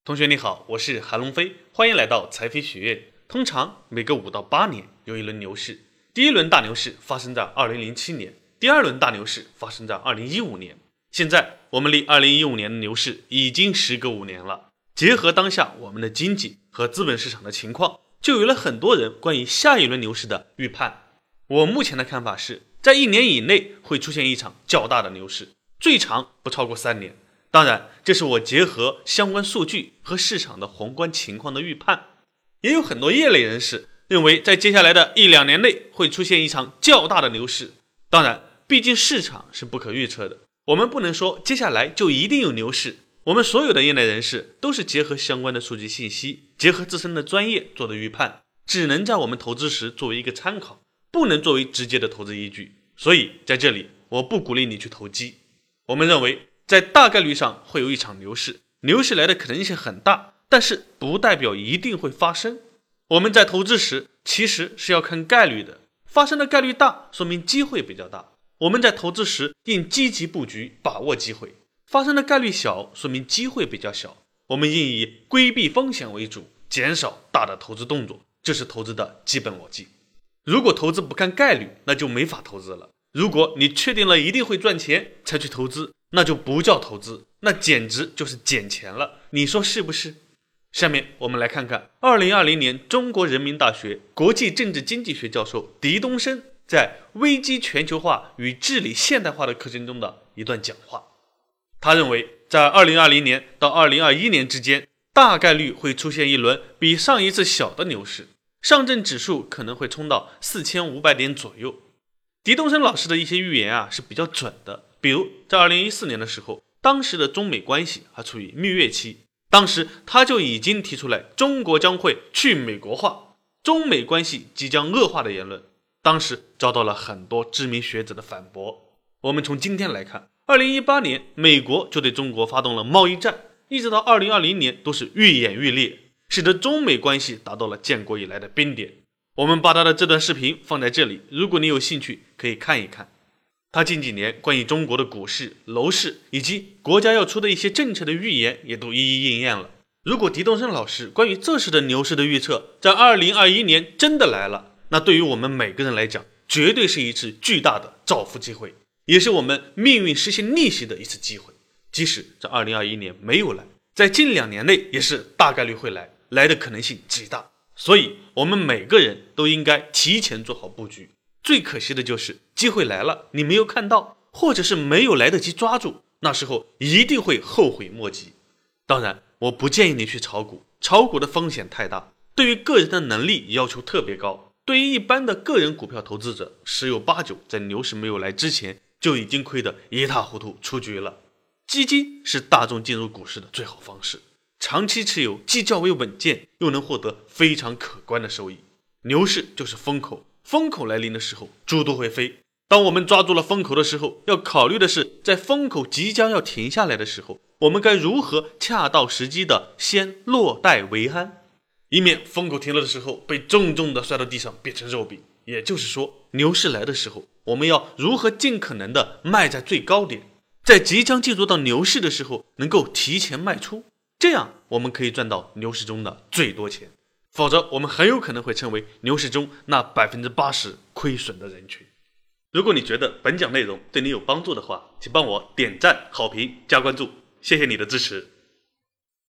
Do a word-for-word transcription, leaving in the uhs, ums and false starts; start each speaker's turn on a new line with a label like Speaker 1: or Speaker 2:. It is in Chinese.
Speaker 1: 同学你好，我是韩龙飞，欢迎来到财飞学院。通常每隔五到八年有一轮牛市，第一轮大牛市发生在二零零七年，第二轮大牛市发生在二零一五年。现在我们离二零一五年的牛市已经时隔五年了。结合当下我们的经济和资本市场的情况，就有了很多人关于下一轮牛市的预判。我目前的看法是，在一年以内会出现一场较大的牛市，最长不超过三年。当然，这是我结合相关数据和市场的宏观情况的预判。也有很多业内人士认为，在接下来的一两年内会出现一场较大的牛市。当然，毕竟市场是不可预测的，我们不能说接下来就一定有牛市。我们所有的业内人士都是结合相关的数据信息，结合自身的专业做的预判，只能在我们投资时作为一个参考，不能作为直接的投资依据。所以在这里，我不鼓励你去投机。我们认为，在大概率上会有一场牛市，牛市来的可能性很大，但是不代表一定会发生。我们在投资时其实是要看概率的，发生的概率大，说明机会比较大。我们在投资时应积极布局，把握机会；发生的概率小，说明机会比较小。我们应以规避风险为主，减少大的投资动作，这是投资的基本逻辑。如果投资不看概率，那就没法投资了。如果你确定了一定会赚钱才去投资，那就不叫投资，那简直就是捡钱了，你说是不是？下面我们来看看二零二零年中国人民大学国际政治经济学教授狄东升在危机全球化与治理现代化的课程中的一段讲话。他认为，在二零二零年到二零二一年之间，大概率会出现一轮比上一次小的牛市，上证指数可能会冲到四千五百点左右。狄东升老师的一些预言啊是比较准的，比如在二零一四年的时候，当时的中美关系还处于蜜月期，当时他就已经提出来中国将会去美国化，中美关系即将恶化的言论，当时遭到了很多知名学者的反驳。我们从今天来看，二零一八年美国就对中国发动了贸易战，一直到二零二零年都是愈演愈烈，使得中美关系达到了建国以来的冰点。我们把他的这段视频放在这里，如果你有兴趣可以看一看。他近几年关于中国的股市、楼市以及国家要出的一些政策的预言也都一一应验了。如果狄东升老师关于这时的牛市的预测在二零二一年真的来了，那对于我们每个人来讲，绝对是一次巨大的造富机会，也是我们命运实现逆袭的一次机会。即使在二零二一年没有来，在近两年内也是大概率会来，来的可能性极大。所以我们每个人都应该提前做好布局。最可惜的就是机会来了，你没有看到，或者是没有来得及抓住，那时候一定会后悔莫及。当然，我不建议你去炒股，炒股的风险太大，对于个人的能力要求特别高。对于一般的个人股票投资者，十有八九在牛市没有来之前就已经亏得一塌糊涂出局了。基金是大众进入股市的最好方式，长期持有既较为稳健，又能获得非常可观的收益。牛市就是风口，风口来临的时候，猪都会飞。当我们抓住了风口的时候，要考虑的是，在风口即将要停下来的时候，我们该如何恰到时机的先落袋为安，以免风口停了的时候被重重的摔到地上变成肉饼。也就是说，牛市来的时候，我们要如何尽可能的卖在最高点，在即将进入到牛市的时候能够提前卖出，这样我们可以赚到牛市中的最多钱。否则我们很有可能会成为牛市中那 百分之八十 亏损的人群。如果你觉得本讲内容对你有帮助的话，请帮我点赞、好评、加关注，谢谢你的支持。